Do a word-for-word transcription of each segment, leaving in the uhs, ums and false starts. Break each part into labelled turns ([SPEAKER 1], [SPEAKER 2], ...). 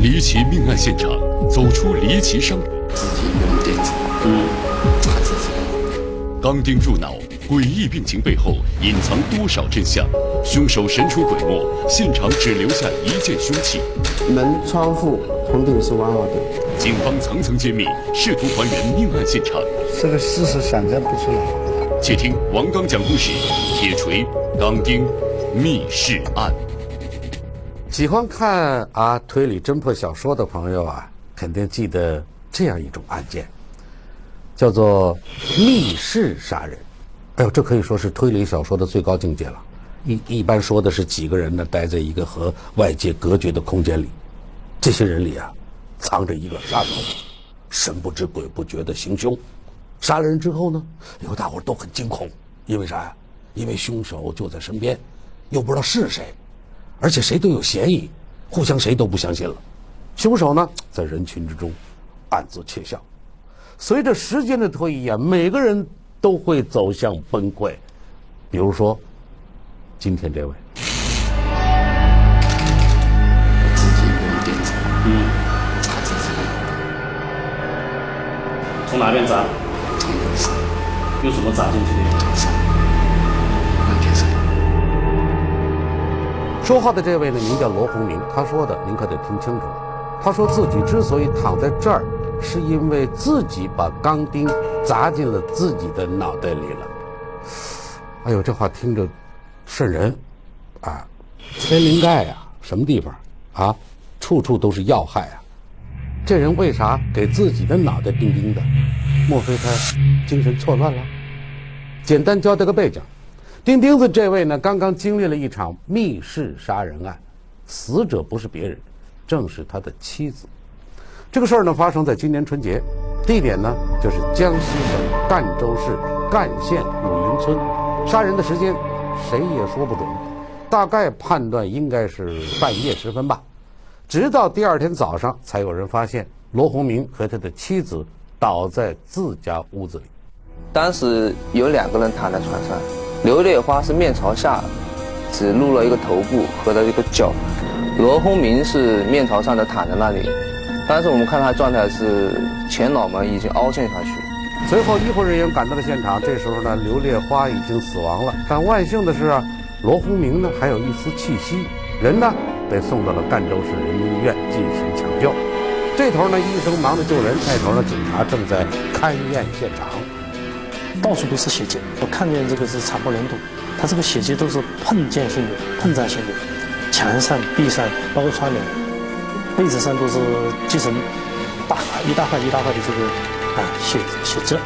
[SPEAKER 1] 离奇命案现场，走出离奇伤人。
[SPEAKER 2] 自己用电子嗯砸自己。
[SPEAKER 1] 钢钉入脑，诡异病情背后隐藏多少真相？凶手神出鬼没，现场只留下一件凶器。
[SPEAKER 3] 门窗户铜顶是完好的。
[SPEAKER 1] 警方层层揭秘，试图还原命案现场。
[SPEAKER 4] 这个事实想象不出来。
[SPEAKER 1] 且听王刚讲故事：铁锤、钢钉、密室案。
[SPEAKER 5] 喜欢看啊推理侦破小说的朋友啊，肯定记得这样一种案件，叫做密室杀人。哎呦，这可以说是推理小说的最高境界了。一一般说的是几个人呢，待在一个和外界隔绝的空间里，这些人里啊，藏着一个杀手，神不知鬼不觉的行凶。杀了人之后呢，有大伙都很惊恐，因为啥呀？因为凶手就在身边，又不知道是谁，而且谁都有嫌疑，互相谁都不相信了。凶手呢，在人群之中暗自窃笑。随着时间的推移啊，每个人都会走向崩溃。比如说，今天这位，
[SPEAKER 2] 自己用电子嗯砸自己。
[SPEAKER 6] 从哪边砸？
[SPEAKER 2] 从右手。
[SPEAKER 6] 用什么砸进去的？
[SPEAKER 2] 手。用电手。
[SPEAKER 5] 说话的这位呢，名叫罗洪明。他说的您可得听清楚，他说自己之所以躺在这儿，是因为自己把钢钉砸进了自己的脑袋里了。哎呦，这话听着瘆人啊！天灵盖呀、啊，什么地方啊？处处都是要害啊！这人为啥给自己的脑袋钉钉的？莫非他精神错乱了？简单交代个背景。钉钉子这位呢，刚刚经历了一场密室杀人案，死者不是别人，正是他的妻子。这个事儿呢，发生在今年春节，地点呢就是江西省赣州市赣县五云村。杀人的时间谁也说不准，大概判断应该是半夜时分吧。直到第二天早上，才有人发现罗洪明和他的妻子倒在自家屋子里。
[SPEAKER 7] 当时有两个人躺在床上，刘烈花是面朝下，只露了一个头部和的一个脚，罗洪明是面朝上的躺在那里。但是我们看他状态是前脑门已经凹陷下去。
[SPEAKER 5] 随后医护人员赶到了现场，这时候呢，刘烈花已经死亡了。但万幸的是啊，罗洪明呢还有一丝气息，人呢被送到了赣州市人民医院进行抢救。这头呢，医生忙着救人；那头呢，警察正在勘验现场。
[SPEAKER 8] 到处都是血迹，我看见这个是惨不忍睹。他这个血迹都是碰见性的、碰撞性的，墙上、壁上，包括窗帘、被子上都是积成大一大块一大块的这个啊血血渍。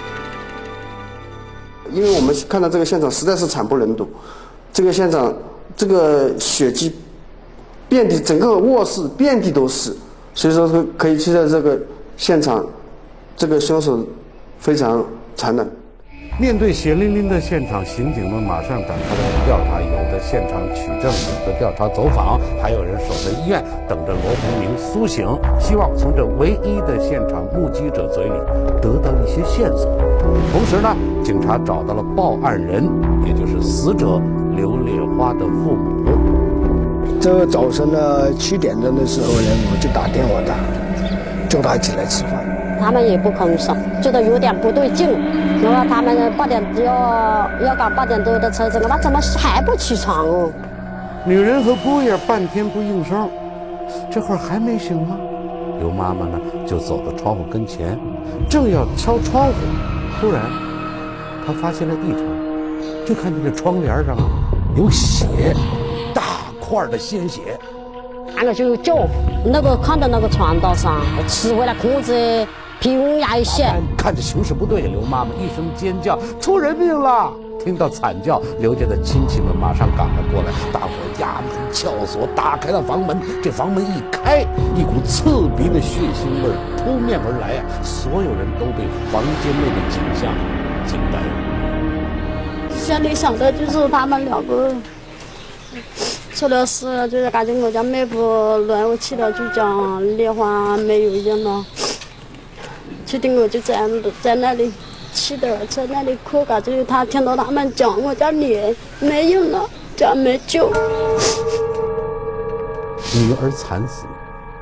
[SPEAKER 3] 因为我们看到这个现场实在是惨不忍睹，这个现场这个血迹遍地，整个卧室遍地都是，所以说可以期待这个现场，这个凶手非常残忍。
[SPEAKER 5] 面对血淋淋的现场，刑警们马上展开了调查，有的现场取证，有的调查走访，还有人守在医院等着罗洪明苏醒，希望从这唯一的现场目击者嘴里得到一些线索。同时呢，警察找到了报案人，也就是死者刘烈花的父母。
[SPEAKER 4] 这个早晨呢七点钟的时候呢，我就打电话打，叫他起来吃饭。
[SPEAKER 9] 他们也不吭声，觉得有点不对劲。然后他们八点要要赶八点多的车子了，那怎么还不起床哦？
[SPEAKER 5] 女人和姑爷半天不应声，这会儿还没醒吗？刘妈妈呢就走到窗户跟前，正要敲窗户，突然她发现了异常，就看见这窗帘上有血，大块的鲜血。
[SPEAKER 9] 那个就叫那个看到那个传道上吃回来裤子皮肤压一些。
[SPEAKER 5] 看着形势不对，刘妈妈一声尖叫，出人命了！听到惨叫，刘家的亲戚们马上赶了过来，大伙压门撬锁，打开了房门。这房门一开，一股刺鼻的血腥味扑面而来啊！所有人都被房间内的景象惊呆了。
[SPEAKER 9] 心里想的就是他们两个出了事，就是感觉我家妹夫乱我去了，就讲烈花没有用了。确定我就在在那里气的，在那里哭，感觉他听到他们讲我家女没用了，家没救。
[SPEAKER 5] 女儿惨死，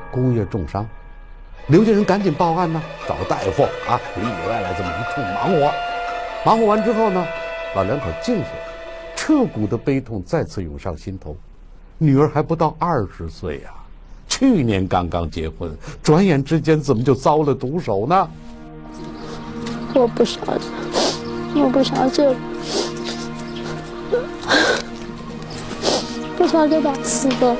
[SPEAKER 5] 工业重伤。刘家人赶紧报案呢，找大夫啊，里里外外这么一通忙活。忙活完之后呢，老两口静下来，彻骨的悲痛再次涌上心头。女儿还不到二十岁呀、啊，去年刚刚结婚，转眼之间怎么就遭了毒手呢？
[SPEAKER 9] 我不想，我不想就，不想给他吃的。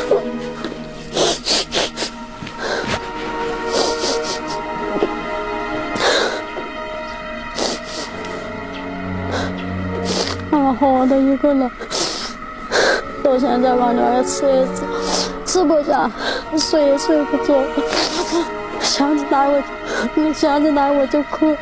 [SPEAKER 9] 然后我的一个人，到现在晚上也吃也吃，吃不下，睡也睡不着，想起来我就，想起来我就哭。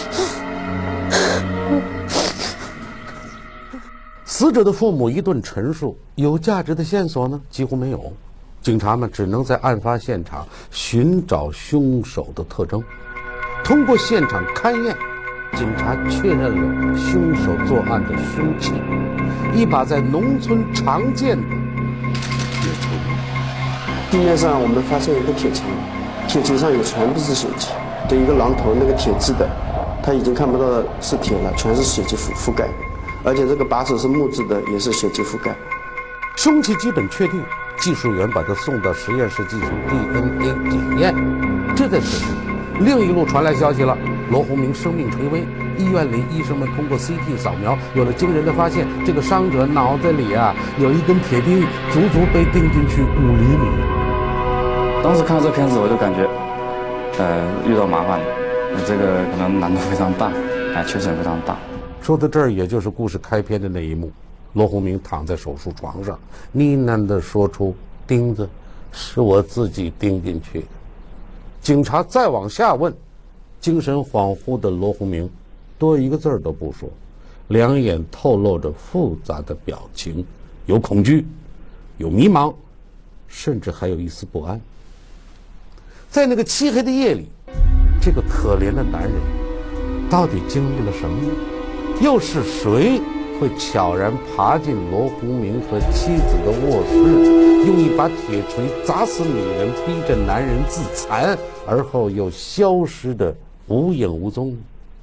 [SPEAKER 5] 死者的父母一顿陈述，有价值的线索呢几乎没有，警察们只能在案发现场寻找凶手的特征。通过现场勘验，警察确认了凶手作案的凶器，一把在农村常见的铁锤。
[SPEAKER 3] 地面上我们发现一个铁锤，铁锤上也全部是血迹，对一个榔头那个铁质的，它已经看不到是铁了，全是血迹覆覆盖，而且这个把手是木质的，也是血迹覆盖。
[SPEAKER 5] 凶器基本确定，技术员把它送到实验室进行 D N A 检验。这在此时，另一路传来消息了，罗洪明生命垂危。医院里医生们通过 C T 扫描，有了惊人的发现，这个伤者脑袋里啊有一根铁钉，足足被钉进去五厘米。
[SPEAKER 2] 当时看到这片子，我就感觉，呃，遇到麻烦了，这个可能难度非常大，哎，确实非常大。
[SPEAKER 5] 说到这儿，也就是故事开篇的那一幕，罗洪明躺在手术床上，呢喃地说出：“钉子是我自己钉进去的。”警察再往下问，精神恍惚的罗洪明多一个字儿都不说，两眼透露着复杂的表情，有恐惧，有迷茫，甚至还有一丝不安。在那个漆黑的夜里，这个可怜的男人到底经历了什么呢？又是谁会悄然爬进罗洪明和妻子的卧室，用一把铁锤砸死女人，逼着男人自残，而后又消失得无影无踪？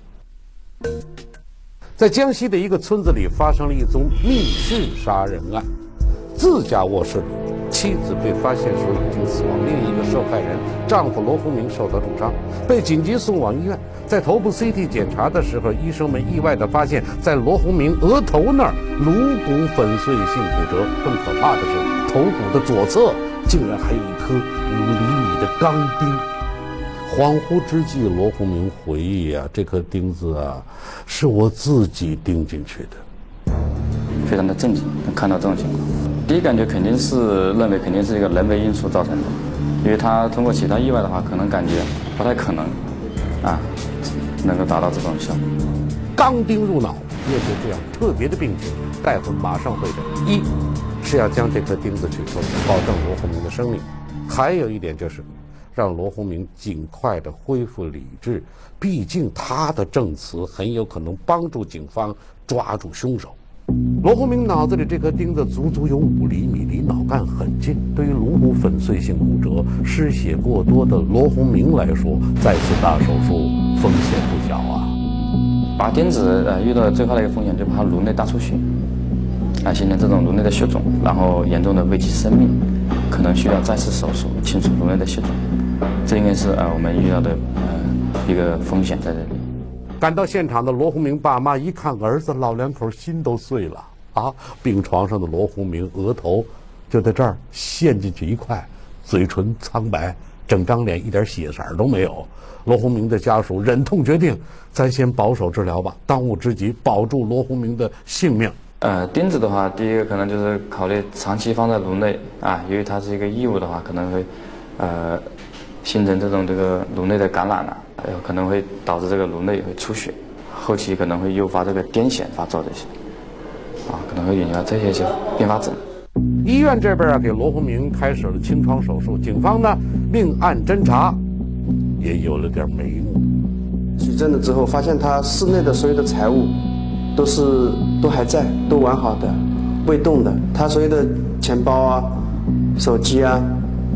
[SPEAKER 5] 在江西的一个村子里，发生了一宗密室杀人案。自家卧室里，妻子被发现时已经死亡，另一个受害人丈夫罗洪明受到重伤，被紧急送往医院。在头部 C T 检查的时候，医生们意外地发现，在罗洪明额头那儿颅骨粉碎性骨折。更可怕的是，头骨的左侧竟然还有一颗五厘米的钢钉。恍惚之际，罗洪明回忆啊，这颗钉子啊，是我自己钉进去的。
[SPEAKER 2] 非常的震惊，看到这种情况，第一感觉肯定是认为肯定是一个人为因素造成的，因为他通过其他意外的话，可能感觉不太可能啊，能够达到这种效果。
[SPEAKER 5] 钢钉入脑，面对这样特别的病情，大夫马上会诊：一是要将这颗钉子取出，保证罗洪明的生命；还有一点就是让罗洪明尽快的恢复理智，毕竟他的证词很有可能帮助警方抓住凶手。罗洪明脑子里这颗钉子足足有五厘米，离脑干很近。对于颅骨粉碎性骨折、失血过多的罗洪明来说，再次大手术风险不小啊。
[SPEAKER 2] 拔钉子呃遇到的最坏的一个风险就是怕颅内大出血，啊形成这种颅内的血肿，然后严重的危及生命，可能需要再次手术清除颅内的血肿。这应该是呃我们遇到的呃一个风险在这里。
[SPEAKER 5] 赶到现场的罗洪明爸妈一看儿子，老两口心都碎了啊！病床上的罗洪明额头就在这儿陷进去一块，嘴唇苍白，整张脸一点血色都没有。罗洪明的家属忍痛决定，咱先保守治疗吧，当务之急保住罗洪明的性命。
[SPEAKER 2] 呃，钉子的话，第一个可能就是考虑长期放在颅内啊，由于它是一个异物的话，可能会呃形成这种这个颅内的感染了、啊，有可能会导致这个颅内会出血，后期可能会诱发这个癫痫发作这些，啊，可能会引发这些些并发症。
[SPEAKER 5] 医院这边啊，给罗洪明开始了清创手术，警方呢另案侦查，也有了点眉目。
[SPEAKER 3] 取证了之后，发现他室内的所有的财物都是都还在，都完好的，未动的。他所有的钱包啊、手机啊、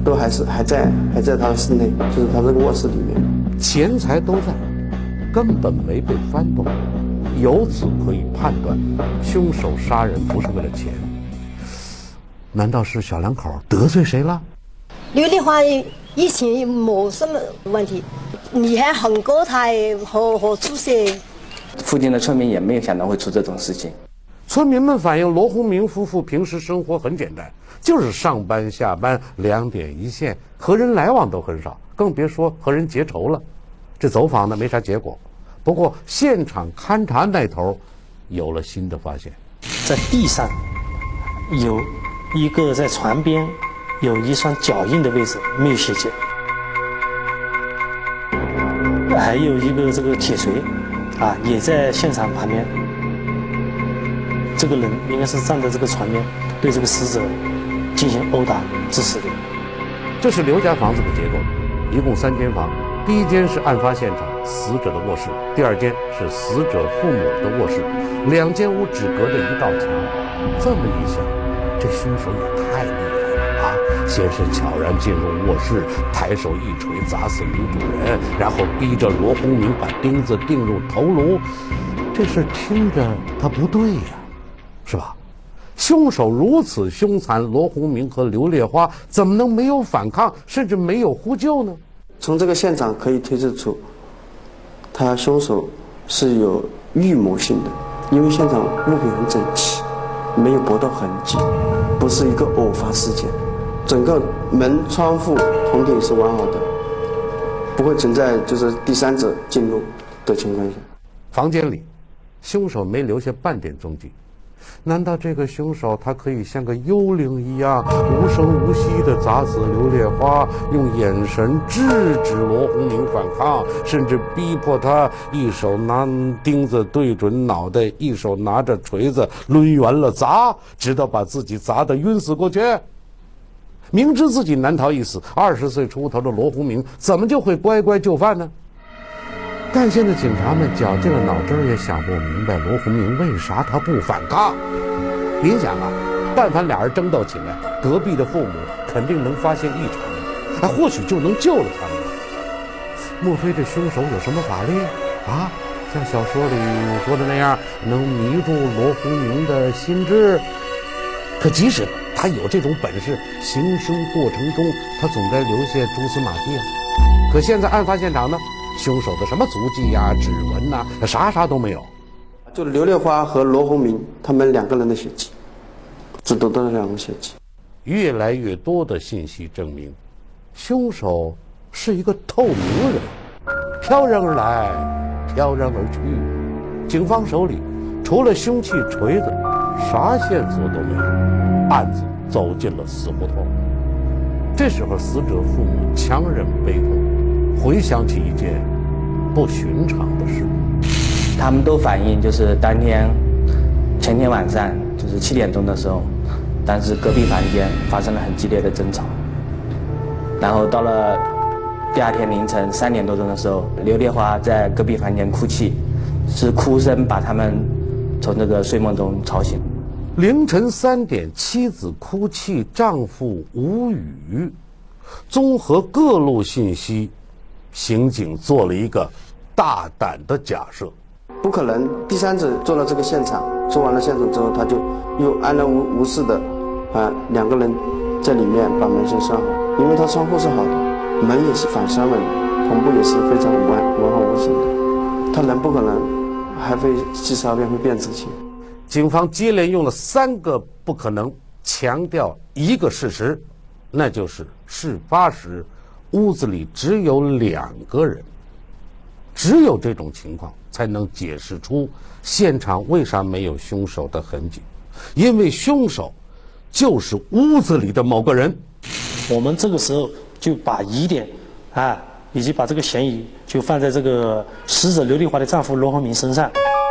[SPEAKER 3] 都还是还在还在他的室内，就是他这个卧室里面。
[SPEAKER 5] 钱财都在，根本没被翻动，由此可以判断，凶手杀人不是为了钱。难道是小两口得罪谁了？
[SPEAKER 10] 刘丽花以前没什么问题，你还很过他和和出息。
[SPEAKER 2] 附近的村民也没有想到会出这种事情。
[SPEAKER 5] 村民们反映，罗洪明夫妇平时生活很简单，就是上班下班两点一线，和人来往都很少，更别说和人结仇了。这走访呢没啥结果，不过现场勘查那头有了新的发现，
[SPEAKER 8] 在地上有一个在船边有一双脚印的位置没有血迹，还有一个这个铁锤啊也在现场旁边。这个人应该是站在这个船边对这个死者进行殴打致死的。
[SPEAKER 5] 这是刘家房子的结构，一共三间房，第一间是案发现场死者的卧室，第二间是死者父母的卧室，两间屋只隔着一道墙。这么一想，这凶手也太厉害了啊！先是悄然进入卧室，抬手一锤砸死女主人，然后逼着罗洪明把钉子钉入头颅。这事听着他不对呀，是吧？凶手如此凶残，罗洪明和刘烈花怎么能没有反抗，甚至没有呼救呢？
[SPEAKER 3] 从这个现场可以推测出，他凶手是有预谋性的，因为现场物品很整齐，没有搏斗痕迹，不是一个偶发事件。整个门、窗户、筒顶是完好的，不会存在就是第三者进入的情况下。
[SPEAKER 5] 房间里，凶手没留下半点踪迹。难道这个凶手他可以像个幽灵一样无声无息地砸死刘烈花，用眼神制止罗洪明反抗，甚至逼迫他一手拿钉子对准脑袋，一手拿着锤子抡圆了砸，直到把自己砸得晕死过去？明知自己难逃一死，二十岁出头的罗洪明怎么就会乖乖就范呢？干线的警察们绞尽了脑汁也想不明白罗洪明为啥他不反抗。您想啊，但凡俩人争斗起来，隔壁的父母肯定能发现异常，啊，或许就能救了他们。莫非这凶手有什么法力啊？像小说里说的那样，能迷住罗洪明的心智？可即使他有这种本事，行凶过程中他总该留下蛛丝马迹啊。可现在案发现场呢？凶手的什么足迹呀、啊、指纹呐、啊，啥啥都没有。
[SPEAKER 3] 就刘烈花和罗洪明他们两个人的血迹，只得到了两个血迹。
[SPEAKER 5] 越来越多的信息证明，凶手是一个透明人，飘然而来，飘然而去。警方手里除了凶器锤子，啥线索都没有，案子走进了死胡同。这时候，死者父母强忍悲痛，回想起一件不寻常的事。
[SPEAKER 2] 他们都反映，就是当天前天晚上就是七点钟的时候，当时隔壁房间发生了很激烈的争吵，然后到了第二天凌晨三点多钟的时候，刘烈花在隔壁房间哭泣，是哭声把他们从这个睡梦中吵醒。
[SPEAKER 5] 凌晨三点，妻子哭泣，丈夫无语。综合各路信息，刑警做了一个大胆的假设：
[SPEAKER 3] 不可能第三者做了这个现场，做完了现场之后，他就又安然无无事的啊，两个人在里面把门先拴好，因为他窗户是好的，门也是反栓纹，篷布也是非常完完好无损的，他人不可能还会细沙边会变知情。
[SPEAKER 5] 警方接连用了三个不可能，强调一个事实，那就是事发时屋子里只有两个人。只有这种情况才能解释出现场为啥没有凶手的痕迹，因为凶手就是屋子里的某个人。
[SPEAKER 8] 我们这个时候就把疑点啊，以及把这个嫌疑就放在这个死者刘丽华的丈夫罗洪明身上。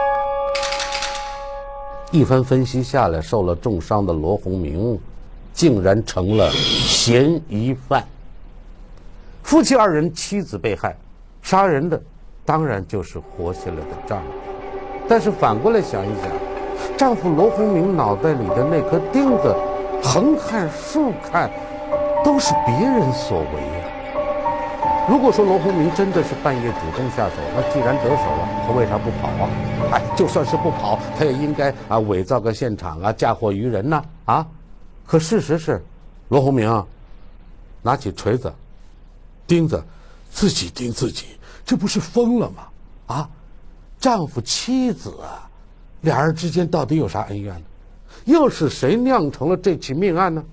[SPEAKER 5] 一番分析下来，受了重伤的罗洪明竟然成了嫌疑犯。夫妻二人，妻子被害，杀人的当然就是活下来的丈夫。但是反过来想一想，丈夫罗洪明脑袋里的那颗钉子，横看竖看都是别人所为呀。如果说罗洪明真的是半夜主动下手，那既然得手了，他为啥不跑啊？哎，就算是不跑，他也应该啊伪造个现场啊，嫁祸于人呐啊，啊！可事实是，罗洪明啊，拿起锤子、钉子，自己钉自己，这不是疯了吗？啊，丈夫妻子啊，俩人之间到底有啥恩怨呢？又是谁酿成了这起命案呢？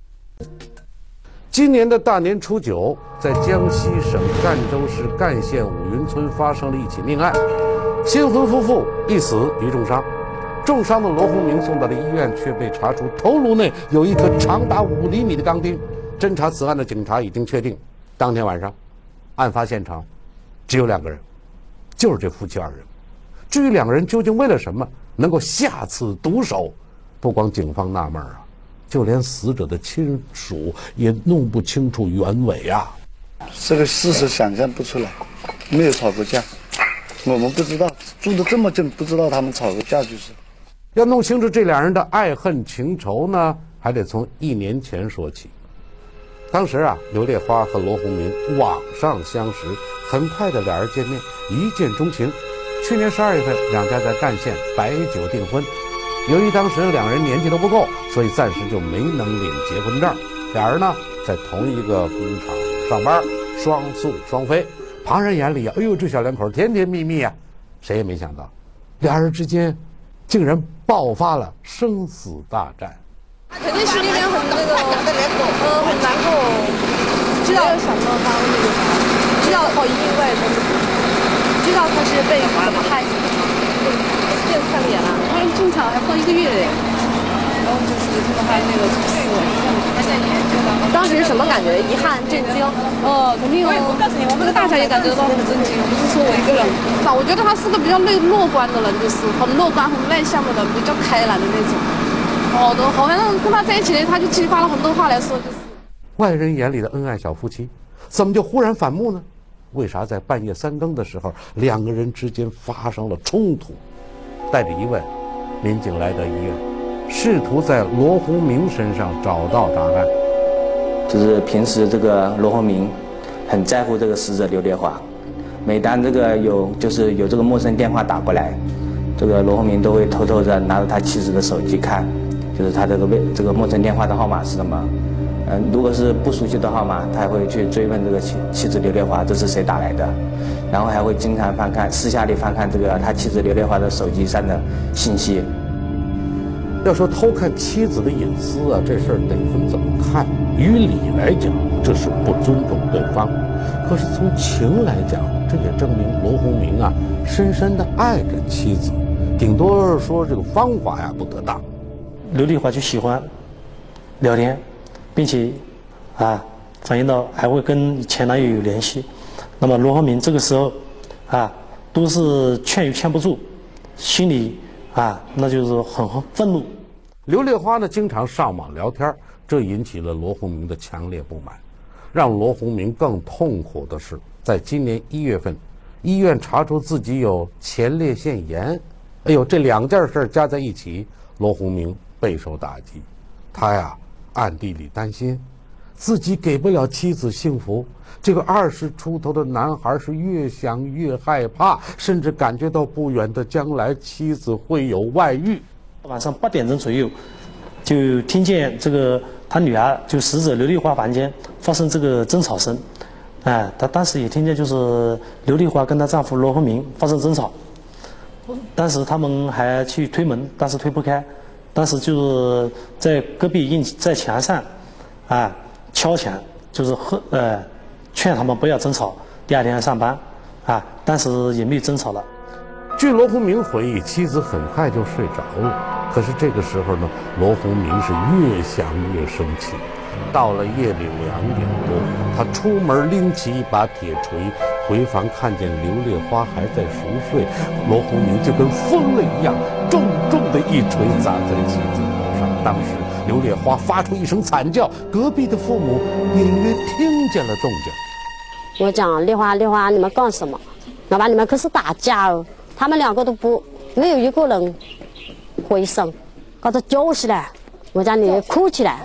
[SPEAKER 5] 今年的大年初九，在江西省赣州市赣县五云村发生了一起命案，新婚夫妇一死一重伤。重伤的罗洪明送到了医院，却被查出头颅内有一颗长达五厘米的钢钉。侦查此案的警察已经确定，当天晚上，案发现场只有两个人，就是这夫妻二人。至于两个人究竟为了什么能够下此毒手，不光警方纳闷啊，就连死者的亲属也弄不清楚原委啊。
[SPEAKER 11] 这个事实想象不出来，没有吵过架，我们不知道，住得这么近，不知道他们吵过架就是。
[SPEAKER 5] 要弄清楚这两人的爱恨情仇呢，还得从一年前说起。当时啊，刘烈花和罗洪明网上相识，很快的俩人见面，一见钟情。去年十二月份，两家在赣县摆酒订婚。由于当时两人年纪都不够，所以暂时就没能领结婚证。俩人呢，在同一个工厂上班，双宿双飞。旁人眼里啊，哎呦，这小两口甜甜蜜蜜啊，谁也没想到，俩人之间竟然爆发了生死大战。
[SPEAKER 12] 肯定心里面很那个，呃，很难过。知道想到他那个啥，知道好意外的，知道他是被怎么害死的，变三年了，他进厂还不到一个月嘞。然后就是听到他那个死了，他在研究当中。当时什么感觉？遗憾、震惊？呃，肯定哦。我告诉你，我们大家也感觉到很震惊，不是说我一个人。我觉得他是个比较乐乐观的人，就是很乐观、很内向的人，比较开朗的那种。好的，好像跟他在一起呢，他就激发了很多话来说，就是。
[SPEAKER 5] 外人眼里的恩爱小夫妻，怎么就忽然反目呢？为啥在半夜三更的时候，两个人之间发生了冲突？带着疑问，民警来到医院，试图在罗洪明身上找到答案。
[SPEAKER 13] 就是平时这个罗洪明很在乎这个死者刘烈华，每当这个有就是有这个陌生电话打过来，这个罗洪明都会偷偷的拿着他妻子的手机看。就是他这个微这个陌生电话的号码是什么？嗯，如果是不熟悉的号码，他还会去追问这个妻妻子刘烈华这是谁打来的，然后还会经常翻看私下里翻看这个他妻子刘烈华的手机上的信息。
[SPEAKER 5] 要说偷看妻子的隐私啊，这事儿得分怎么看？于理来讲，这是不尊重对方；可是从情来讲，这也证明罗洪明啊深深的爱着妻子，顶多说这个方法呀不得当。
[SPEAKER 8] 刘丽华就喜欢聊天，并且啊反映到还会跟前男友有联系。那么罗洪明这个时候啊都是劝也劝不住，心里啊那就是很愤怒。
[SPEAKER 5] 刘烈花呢经常上网聊天，这引起了罗洪明的强烈不满。让罗洪明更痛苦的是，在今年一月份，医院查出自己有前列腺炎。哎呦，这两件事加在一起，罗洪明备受打击。他呀暗地里担心自己给不了妻子幸福，这个二十出头的男孩是越想越害怕，甚至感觉到不远的将来妻子会有外遇。
[SPEAKER 8] 晚上八点钟左右，就听见这个他女儿就死者刘丽花房间发生这个争吵声，哎，他当时也听见就是刘丽花跟她丈夫罗洪明发生争吵，当时他们还去推门，但是推不开，当时就是在隔壁印在墙上，啊，敲墙，就是和呃劝他们不要争吵，第二天要上班，啊，但是也没有争吵了。
[SPEAKER 5] 据罗洪明回忆，妻子很快就睡着了。可是这个时候呢，罗洪明是越想越生气。到了夜里两点多，他出门拎起一把铁锤，回房看见刘烈花还在熟睡，罗洪明就跟疯了一样，重重的一锤砸在妻子头上。当时刘烈花发出一声惨叫，隔壁的父母隐约听见了动静。
[SPEAKER 9] 我讲烈花，烈花，你们干什么？老板，你们可是打架哦！他们两个都不没有一个人回声，搞得叫起来。我讲你哭起来，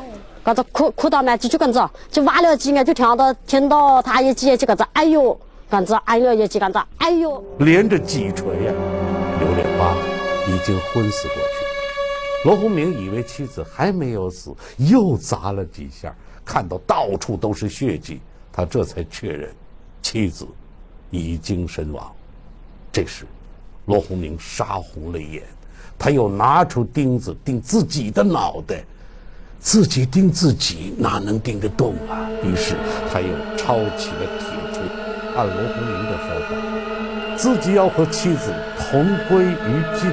[SPEAKER 9] 搿子哭哭到嘛，就就搿子，就挖了几眼，就听到听到他一记就搿子，哎呦，搿子哎了一记搿子，哎呦，
[SPEAKER 5] 连着几锤呀、啊，刘烈花已经昏死过去。罗洪明以为妻子还没有死，又砸了几下，看到到处都是血迹，他这才确认妻子已经身亡。这时，罗洪明杀红了眼，他又拿出钉子钉自己的脑袋。自己钉自己哪能钉得动啊？于是他又抄起了铁锤。按罗洪明的说法，自己要和妻子同归于尽。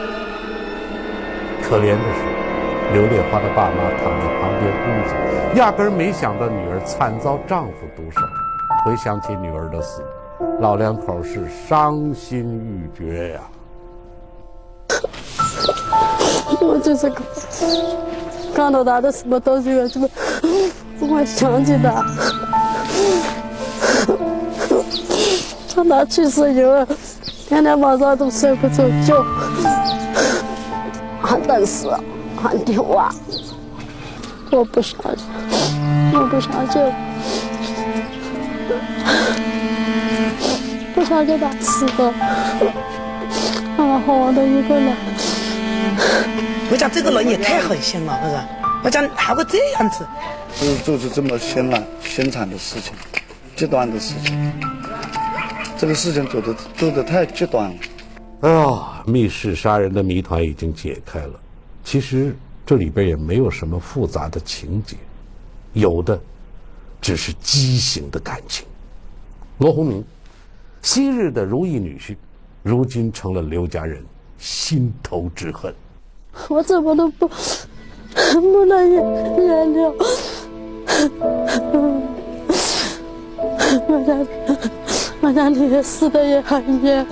[SPEAKER 5] 可怜的是，刘烈花的爸妈躺在旁边工作，压根儿没想到女儿惨遭丈夫毒手。回想起女儿的死，老两口是伤心欲绝呀、
[SPEAKER 9] 啊。我就是个。看到他的什么东西了，这个我想起他。从他去世以后，天天晚上都睡不着觉，喊等死，喊丢啊！我不相信，我不相信，不相信他死的，那么好的一个人。
[SPEAKER 14] 我讲这个人也太狠心了，是吧？我讲还会这样子，
[SPEAKER 11] 就是做出这么鲜烂、鲜惨的事情，极端的事情。这个事情做的做的太极端了。
[SPEAKER 5] 哎呀，密室杀人的谜团已经解开了。其实这里边也没有什么复杂的情节，有的只是畸形的感情。罗洪明，昔日的如意女婿，如今成了刘家人心头之恨。
[SPEAKER 9] 我怎么都不不能原谅，我想我想你死的也很冤。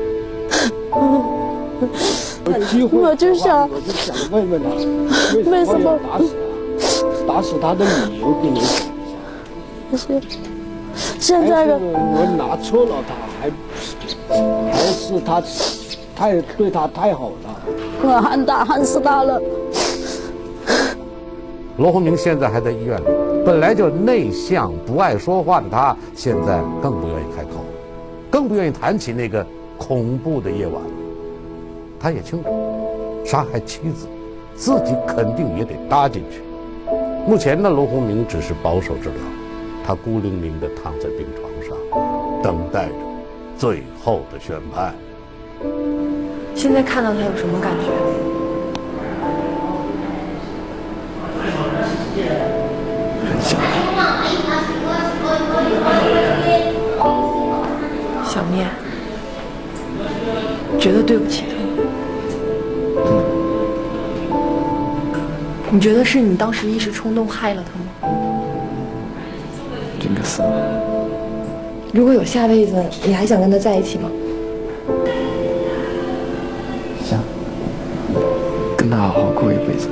[SPEAKER 9] 我就想，
[SPEAKER 4] 我就想问问他，为什么打死他？打死他的理由给你讲一下。
[SPEAKER 9] 现在的
[SPEAKER 4] 我拿错了他，还还是他太对他太好了。
[SPEAKER 9] 我恨他恨死他了。
[SPEAKER 5] 罗洪明现在还在医院里，本来就内向不爱说话的他，现在更不愿意开口，更不愿意谈起那个恐怖的夜晚。他也清楚，杀害妻子，自己肯定也得搭进去。目前呢，罗洪明只是保守治疗，他孤零零地躺在病床上，等待着最后的宣判。
[SPEAKER 12] 现在看到他有什么感觉？
[SPEAKER 2] 很想
[SPEAKER 12] 想念，觉得对不起他。
[SPEAKER 2] 嗯，
[SPEAKER 12] 你觉得是你当时一时冲动害了他吗？
[SPEAKER 2] 应该是。
[SPEAKER 12] 如果有下辈子，你还想跟他在一起吗？
[SPEAKER 2] 想跟他好好过一辈子。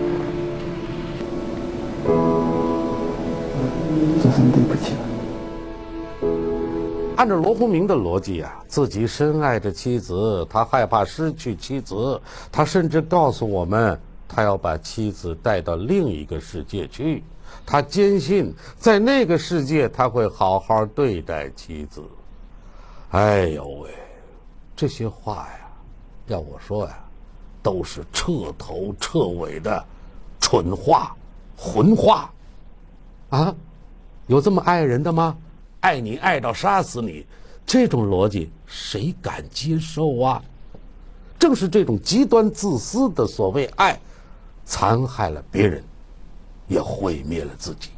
[SPEAKER 2] 真是对不起了。
[SPEAKER 5] 按照罗洪明的逻辑啊，自己深爱着妻子，他害怕失去妻子，他甚至告诉我们，他要把妻子带到另一个世界去。他坚信在那个世界他会好好对待妻子。哎呦喂，这些话呀，要我说呀，都是彻头彻尾的蠢话、混话啊！有这么爱人的吗？爱你爱到杀死你，这种逻辑谁敢接受啊？正是这种极端自私的所谓爱，残害了别人，也毁灭了自己。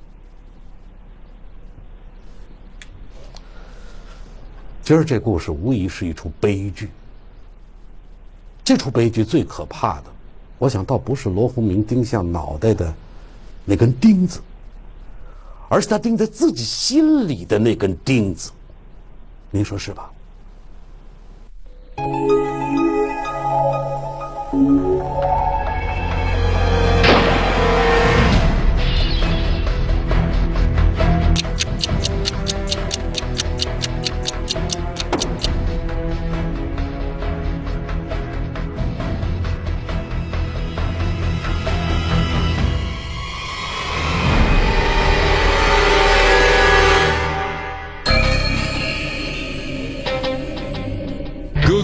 [SPEAKER 5] 今儿这故事无疑是一出悲剧。这出悲剧最可怕的，我想倒不是罗洪明钉向脑袋的那根钉子，而是他钉在自己心里的那根钉子。您说是吧？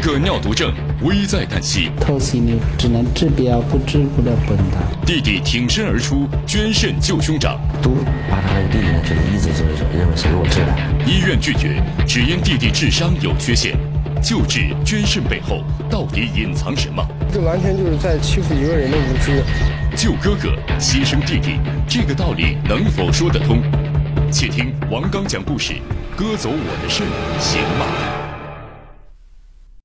[SPEAKER 1] 哥尿毒症危在旦夕，
[SPEAKER 15] 透析呢只能治标不治不了本的。
[SPEAKER 1] 弟弟挺身而出，捐肾救兄长，
[SPEAKER 16] 都把他的弟弟呢就是一直就是认为是弱智的。
[SPEAKER 1] 医院拒绝，只因弟弟智商有缺陷。救治捐肾背后到底隐藏什么？
[SPEAKER 17] 这完全就是在欺负一个人的无知。
[SPEAKER 1] 救哥哥，牺牲弟弟，这个道理能否说得通？且听王刚讲故事，割走我的肾，行吗？